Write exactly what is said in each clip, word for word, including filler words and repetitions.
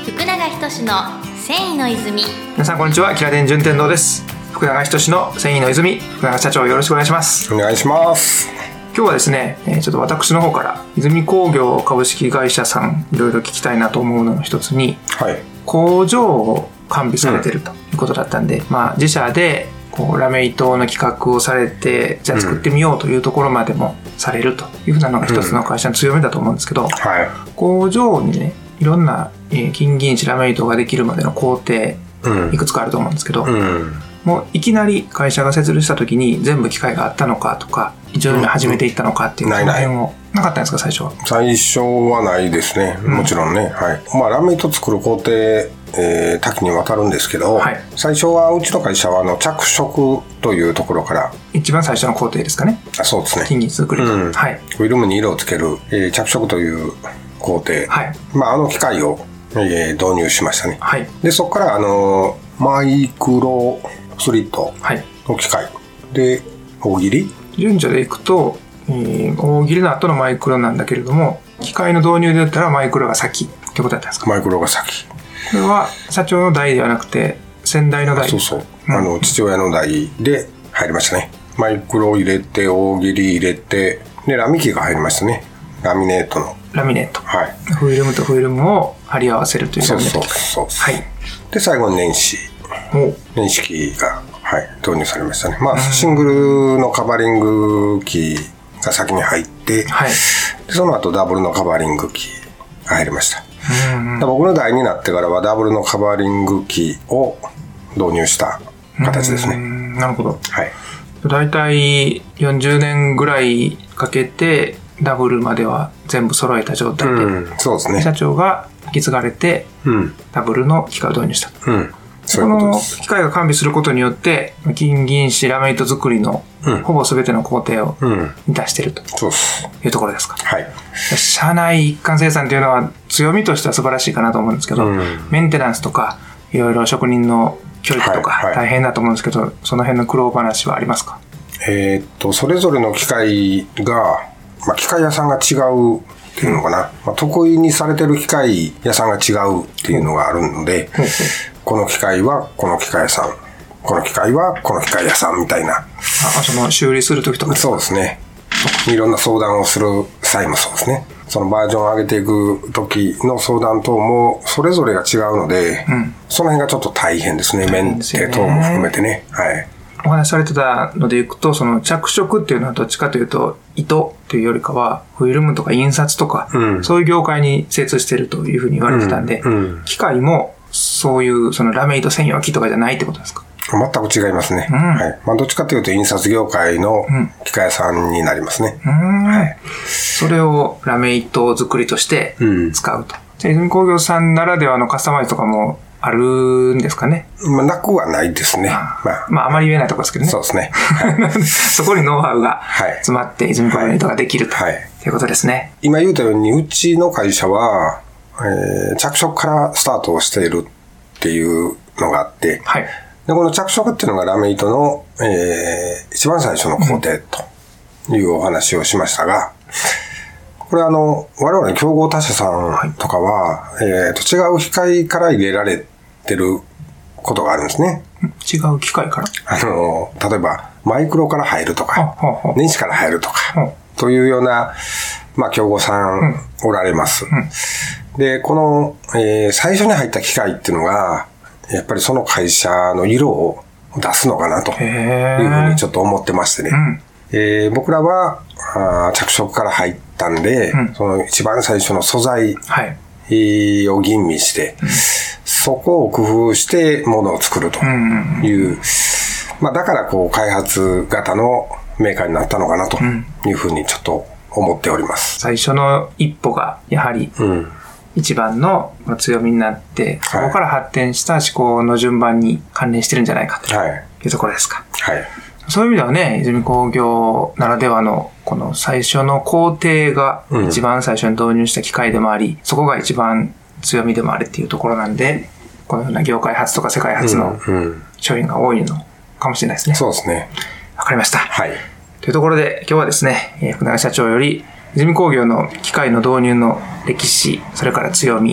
福永仁の繊維の泉。 皆さんこんにちは、キラデン順天堂です。福永仁の繊維の泉、福永社長よろしくお願いします。 お願いします。 今日はですね、ちょっと私の方から泉工業株式会社さんいろいろ聞きたいなと思うのの一つに、はい、工場を完備されてるということだったんで、うん、まあ自社でこうラメ糸の企画をされて、じゃあ作ってみようというところまでもされるというふうなのが一つの会社の強みだと思うんですけど、うんはい、工場にねいろんな金銀糸ラメ糸ができるまでの工程、うん、いくつかあると思うんですけど、うん、もういきなり会社が設立した時に全部機械があったのかとか徐々に始めていったのかっていう、その辺をなかったんですか最初は。 最初はないですね、もちろんね、うんはいまあ、ラメ糸作る工程、えー、多岐にわたるんですけど、はい、最初はうちの会社はあの着色というところから一番最初の工程ですかね。 あそうですね、 金銀作りと、うんはい、 フィルムに色をつける、えー、着色という工程、はいまあ、あの機械を、えー、導入しましたね、はい、でそこからあのマイクロスリットの機械、はい、で大喜利順序でいくと、えー、大喜利の後のマイクロなんだけれども、機械の導入で言ったらマイクロが先ってことだったんですか。 マイクロが先。 これは社長の代ではなくて先代の代。 そうそう、うん、あの父親の代で入りましたね。マイクロ入れて大喜利入れてでラミ機が入りましたね。ラミネートのラミネート、 はい、 フィルムとフィルムを貼り合わせるというラミネート機械。 そうそうそう、はい、で最後に年始年始機が、はい、導入されましたね。まあ、うん、シングルのカバーリング機が先に入って、はい、でその後ダブルのカバーリング機が入りました。うんうん、僕の代になってからはダブルのカバーリング機を導入した形ですね。 うんなるほど、 はい、 だいたいよんじゅうねんぐらいかけてダブルまでは全部揃えた状態で、うん、 そうですね、 社長が引き継がれて、うん、ダブルの機械を導入したと、うん、 そういうことです。 この機械が完備することによって金銀糸ラメ糸作りのほぼ全ての工程を満たしているというところですか。 はい、 社内一貫生産というのは強みとしては素晴らしいかなと思うんですけど、うん、メンテナンスとかいろいろ職人の教育とか大変だと思うんですけど、はいはい、その辺の苦労話はありますか。 えー、っとそれぞれの機械が、まあ、機械屋さんが違うっていうのかな、まあ、得意にされてる機械屋さんが違うっていうのがあるので、うん、この機械はこの機械屋さん、この機械はこの機械屋さんみたいな。あ、 その修理するときとか。 そうですね。いろんな相談をする際もそうですね。そのバージョンを上げていく時の相談等もそれぞれが違うので、うん、その辺がちょっと大変ですね。メンテ等も含めてね。はい。 お話しされてたのでいくと、その着色っていうのはどっちかというと糸というよりかはフィルムとか印刷とか、うん、そういう業界に精通しているというふうに言われてたんで、うんうん、機械もそういうそのラメ糸専用機とかじゃないってことですか。 全く違いますね。うん、はい。まあどっちかというと印刷業界の機械屋さんになりますね。 うんはい。それをラメ糸作りとして使うと。うん、じゃあ泉工業さんならではのカスタマイズとかもあるんですかね。 まあ、なくはないですね。 あまあ、まあ、あまり言えないところですけどね。 そうですね。 はい、そこにノウハウが詰まって泉工業の糸ができると、はい、いうことですね。 今言ったように、うちの会社は、えー、着色からスタートをしているっていうのがあって、はい、でこの着色っていうのがラメ糸の、えー、一番最初の工程というお話をしましたが、うん、これあの、我々の競合他社さんとかは、はい、えー、と違う機械から入れられてることがあるんですね。 違う機械から？ あの、例えば、マイクロから入るとか、年始から入るとか、というような、まあ、競合さんおられます。うんうん、で、この、えー、最初に入った機械っていうのが、やっぱりその会社の色を出すのかなというふうにちょっと思ってましてね。うんえー、僕らはあ着色から入ったんで、うん、その一番最初の素材を吟味して、うん、そこを工夫してものを作るという、うん、まあだからこう開発型のメーカーになったのかなというふうにちょっと思っております。 最初の一歩がやはり一番の強みになって、そこから発展した思考の順番に関連してるんじゃないかというところですか。 はい。はいそういう意味ではね、泉工業ならではのこの最初の工程が一番最初に導入した機械でもあり、うん、そこが一番強みでもあるっていうところなんで、このような業界初とか世界初の商品が多いのかもしれないですね。 そうですね。 わかりました。 はい。 というところで今日はですね、福永社長より泉工業の機械の導入の歴史、それから強み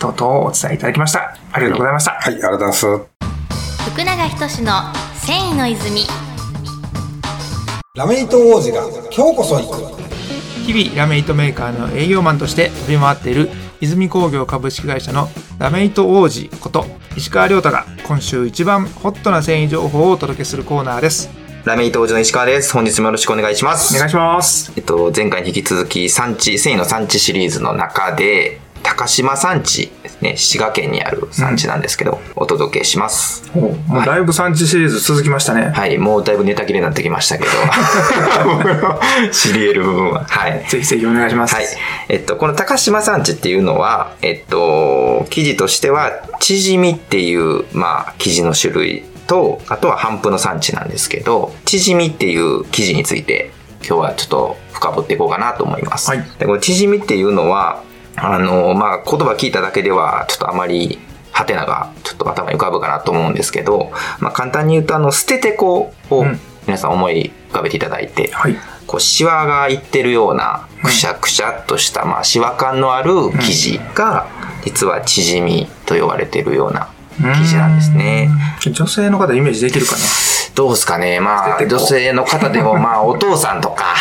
等々をお伝えいただきました。ありがとうございました。 はい、ありがとうございます。 福永仁の繊維の泉。 ラメ糸王子が今日こそ行く。 日々ラメ糸メーカーの営業マンとして飛び回っている泉工業株式会社のラメ糸王子こと石川亮太が今週一番ホットな繊維情報をお届けするコーナーです。 ラメ糸王子の石川です。本日もよろしくお願いします。 お願いします。 えっと、前回に引き続き産地、繊維の産地シリーズの中で高島産地ですね、滋賀県にある産地なんですけど、うん、お届けします。 もうだいぶ産地シリーズ続きましたね。 はい、もうだいぶネタ切れになってきましたけど僕の知り得る部分は、はい、 ぜひぜひお願いします。 はい、えっとこの高島産地っていうのは、えっと生地としては縮みっていうまあ生地の種類と、あとは帆布の産地なんですけど、縮みっていう生地について今日はちょっと深掘っていこうかなと思います。はい、でこの縮みっていうのはあのまあ言葉聞いただけではちょっとあまりハテナがちょっと頭に浮かぶかなと思うんですけど、まあ、簡単に言うとあの捨ててこを皆さん思い浮かべていただいて、うんはい、こうシワがいってるようなくしゃくしゃっとした、まあ、シワ感のある生地が実は縮みと呼ばれているような生地なんですね。 女性の方イメージできるかな。 どうですかね。まあ女性の方でもまあお父さんとか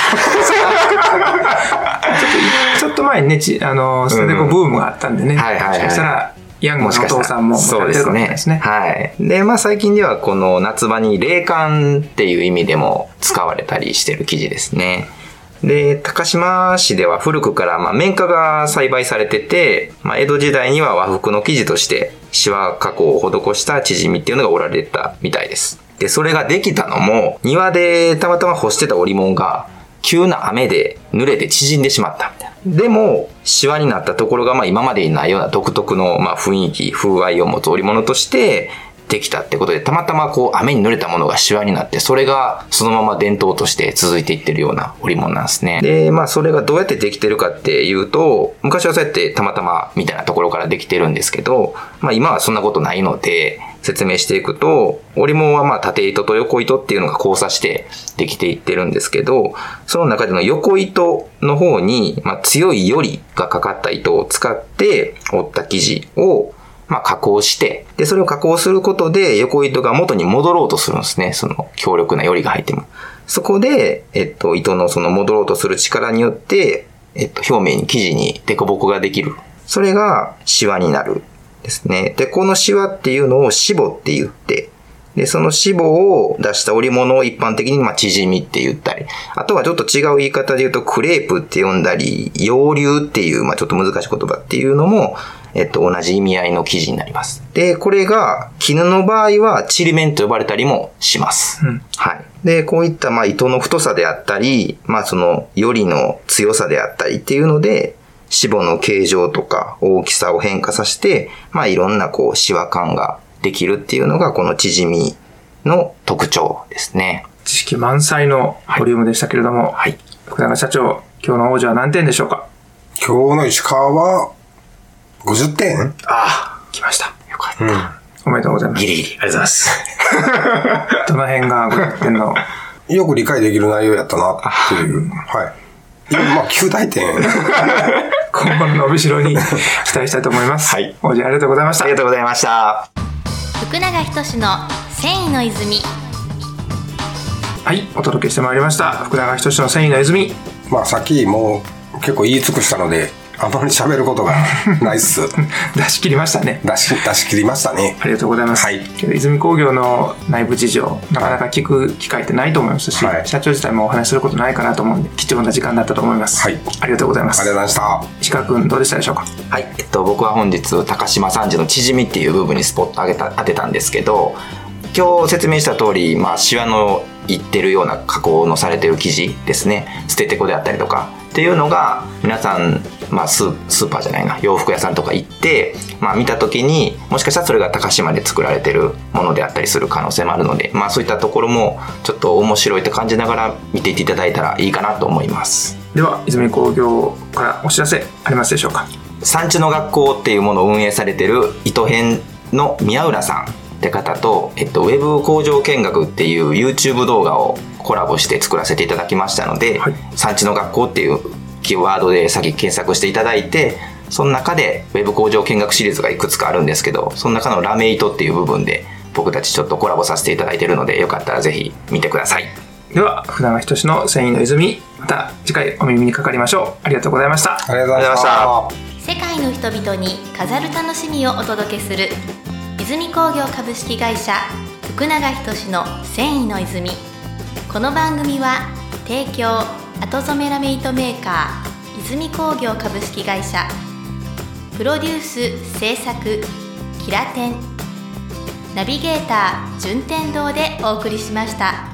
ちょっと前にねちあの捨ててこブームがあったんでね、うん、はいはいはい、もしかしたらヤングのお父さんもそうですね。ですね。はい。でまあ最近ではこの夏場に冷感っていう意味でも使われたりしてる生地ですね。で高島市では古くからまあ綿花が栽培されてて、まあ、江戸時代には和服の生地としてシワ加工を施した縮みっていうのがおられたみたいです。でそれができたのも庭でたまたま干してた織物が急な雨で濡れて縮んでしまったみたいな。でもシワになったところがまあ今までにないような独特のまあ雰囲気風合いを持つ織物としてできたってことで、たまたまこう雨に濡れたものがシワになって、それがそのまま伝統として続いていってるような織物なんですね。でまあそれがどうやってできてるかっていうと、昔はそうやってたまたまみたいなところからできてるんですけど、まあ今はそんなことないので説明していくと、織物はまあ縦糸と横糸っていうのが交差してできていってるんですけど、その中での横糸の方にまあ強いよりがかかった糸を使って織った生地をまあ加工して、でそれを加工することで横糸が元に戻ろうとするんですね。その強力なよりが入っても、そこでえっと糸のその戻ろうとする力によってえっと表面に生地に凸凹ができる。それがシワになるですね。でこのシワっていうのをシボって言って、でそのシボを出した織物を一般的にまあ縮みって言ったり、あとはちょっと違う言い方で言うとクレープって呼んだり、葉流っていうまあちょっと難しい言葉っていうのもえっと、同じ意味合いの生地になります。で、これが、絹の場合は、ちりめんと呼ばれたりもします。うん、はい。で、こういった、まあ、糸の太さであったり、まあ、その、よりの強さであったりっていうので、シボの形状とか大きさを変化させて、まあ、いろんな、こう、シワ感ができるっていうのが、この縮みの特徴ですね。 知識満載のボリュームでしたけれども、はい。福永社長、今日の王者は何点でしょうか？ 今日の石川は、ごじゅってん？ああ、来ました。 よかった。 うん、おめでとうございます。 ギリギリ。ありがとうございます。 どの辺がごじゅってんの？ よく理解できる内容やったなっていう。はい。まあ、きゅう大点。 今後の伸びしろに期待したいと思います。はい。王子ありがとうございました。 ありがとうございました。 福永仁の繊維の泉。 はい、お届けしてまいりました。福永仁の繊維の泉。 まあ、さっきもう結構言い尽くしたので、あまり喋ることがないっす。 出し切りましたね。 出し、出し切りましたね。 ありがとうございます。はい。泉工業の内部事情、なかなか聞く機会ってないと思いますし、はい、社長自体もお話しすることないかなと思うんで、貴重な時間だったと思います。はい。ありがとうございます。 ありがとうございました。 石川くん、どうでしたでしょうか？ はい。えっと、僕は本日、高島産地の縮みっていう部分にスポット当てた、当てたんですけど、今日説明した通り、まあ、シワのいってるような加工のされてる生地ですね。捨ててこであったりとかっていうのが皆さん、まあ、スー、スーパーじゃないな洋服屋さんとか行って、まあ、見た時にもしかしたらそれが高島で作られてるものであったりする可能性もあるので、まあ、そういったところもちょっと面白いと感じながら見ていっていただいたらいいかなと思います。 では泉工業からお知らせありますでしょうか？ 産地の学校っていうものを運営されてる糸編の宮浦さんって方と、えっと、ウェブ工場見学っていう YouTube 動画をコラボして作らせていただきましたので、はい、産地の学校っていうキーワードで先検索していただいて、 その中でウェブ工場見学シリーズがいくつかあるんですけど、その中のラメ糸っていう部分で僕たちちょっとコラボさせていただいているので、よかったらぜひ見てください。 では福永仁の繊維の泉、また次回お耳にかかりましょう。ありがとうございました。 ありがとうございました。 世界の人々に飾る楽しみをお届けする泉工業株式会社福永仁の繊維の泉。この番組は提供後染めラメ糸メーカー泉工業株式会社、プロデュース制作キラテン、ナビゲーター順天堂でお送りしました。